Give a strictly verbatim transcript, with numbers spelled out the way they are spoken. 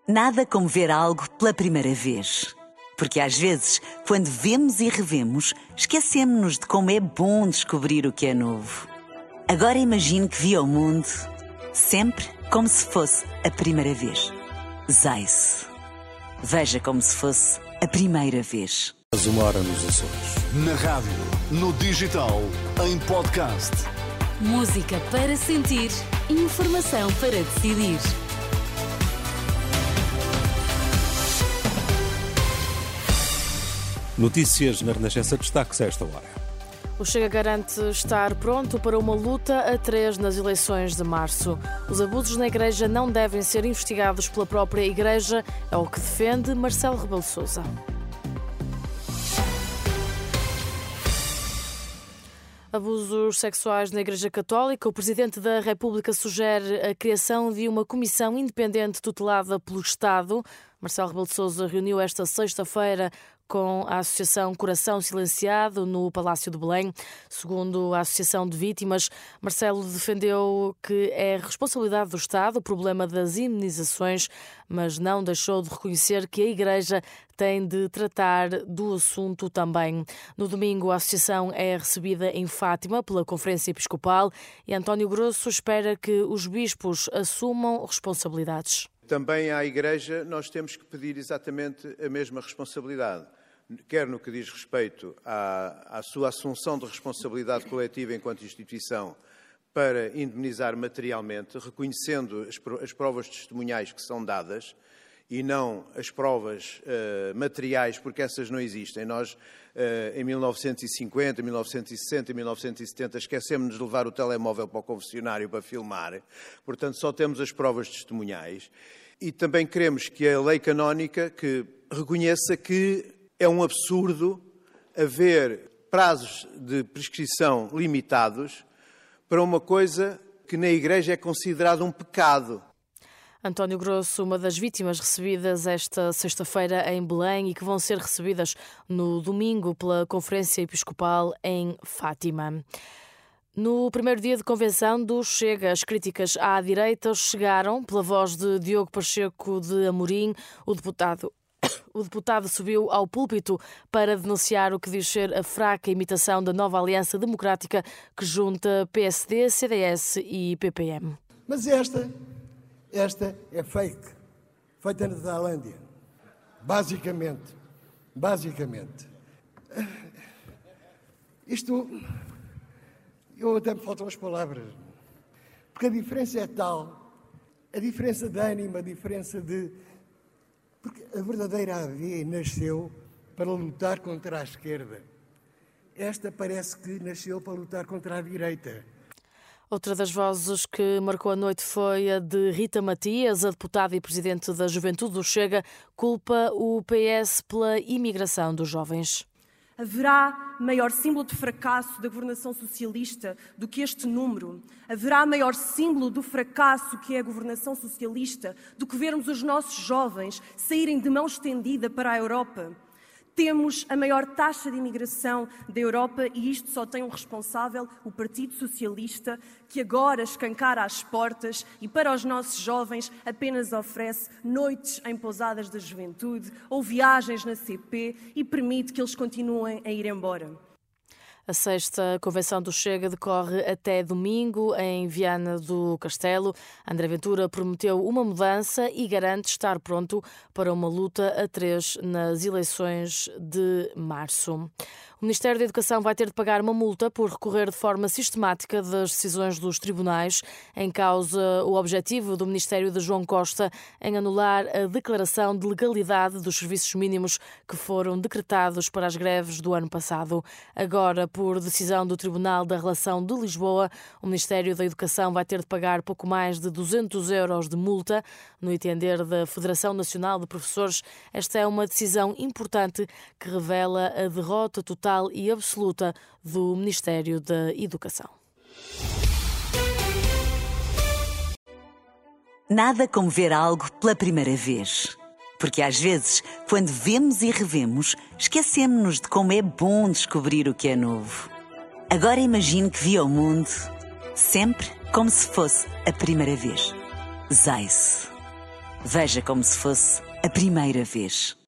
Nada como ver algo pela primeira vez. Porque às vezes, quando vemos e revemos, esquecemos-nos de como é bom descobrir o que é novo. Agora imagine que viu o mundo sempre como se fosse a primeira vez. Zais. Veja como se fosse a primeira vez. Uma hora nos Açores. Na rádio, no digital, em podcast. Música para sentir, informação para decidir. Notícias na Renascença, destaques a esta hora. O Chega garante estar pronto para uma luta a três nas eleições de março. Os abusos na Igreja não devem ser investigados pela própria Igreja, é o que defende Marcelo Rebelo de Sousa. Abusos sexuais na Igreja Católica. O Presidente da República sugere a criação de uma comissão independente tutelada pelo Estado. Marcelo Rebelo de Sousa reuniu esta sexta-feira com a Associação Coração Silenciado no Palácio de Belém. Segundo a Associação de Vítimas, Marcelo defendeu que é responsabilidade do Estado o problema das indenizações, mas não deixou de reconhecer que a Igreja tem de tratar do assunto também. No domingo, a associação é recebida em Fátima pela Conferência Episcopal e António Grosso espera que os bispos assumam responsabilidades. Também à Igreja nós temos que pedir exatamente a mesma responsabilidade, quer no que diz respeito à, à sua assunção de responsabilidade coletiva enquanto instituição para indemnizar materialmente, reconhecendo as, as provas testemunhais que são dadas e não as provas uh, materiais, porque essas não existem. Nós, uh, em mil novecentos e cinquenta, mil novecentos e sessenta, mil novecentos e setenta, esquecemos de levar o telemóvel para o confessionário para filmar. Portanto, só temos as provas testemunhais. E também queremos que a lei canónica que reconheça que é um absurdo haver prazos de prescrição limitados para uma coisa que na Igreja é considerado um pecado. António Grosso, uma das vítimas recebidas esta sexta-feira em Belém e que vão ser recebidas no domingo pela Conferência Episcopal em Fátima. No primeiro dia de convenção do Chega, as críticas à direita chegaram pela voz de Diogo Pacheco de Amorim. O deputado, o deputado subiu ao púlpito para denunciar o que diz ser a fraca imitação da nova Aliança Democrática que junta P S D, C D S e P P M. Mas esta, esta é fake, feita na Tailândia. Basicamente, basicamente. Isto... Eu até me faltam as palavras, porque a diferença é tal, a diferença de ânimo, a diferença de... Porque a verdadeira A V nasceu para lutar contra a esquerda. Esta parece que nasceu para lutar contra a direita. Outra das vozes que marcou a noite foi a de Rita Matias, a deputada e presidente da Juventude do Chega, culpa o P S pela imigração dos jovens. Haverá maior símbolo de fracasso da governação socialista do que este número? Haverá maior símbolo do fracasso que é a governação socialista do que vermos os nossos jovens saírem de mão estendida para a Europa? Temos a maior taxa de imigração da Europa e isto só tem um responsável, o Partido Socialista, que agora escancara as portas e para os nossos jovens apenas oferece noites em pousadas da juventude ou viagens na C P e permite que eles continuem a ir embora. A sexta convenção do Chega decorre até domingo em Viana do Castelo. André Ventura prometeu uma mudança e garante estar pronto para uma luta a três nas eleições de março. O Ministério da Educação vai ter de pagar uma multa por recorrer de forma sistemática das decisões dos tribunais. Em causa o objetivo do Ministério de João Costa em anular a declaração de legalidade dos serviços mínimos que foram decretados para as greves do ano passado. Agora, por decisão do Tribunal da Relação de Lisboa, o Ministério da Educação vai ter de pagar pouco mais de duzentos euros de multa. No entender da Federação Nacional de Professores, esta é uma decisão importante que revela a derrota total e absoluta do Ministério da Educação. Nada como ver algo pela primeira vez. Porque às vezes, quando vemos e revemos, esquecemos-nos de como é bom descobrir o que é novo. Agora imagine que viu o mundo sempre como se fosse a primeira vez. Zais. Veja como se fosse a primeira vez.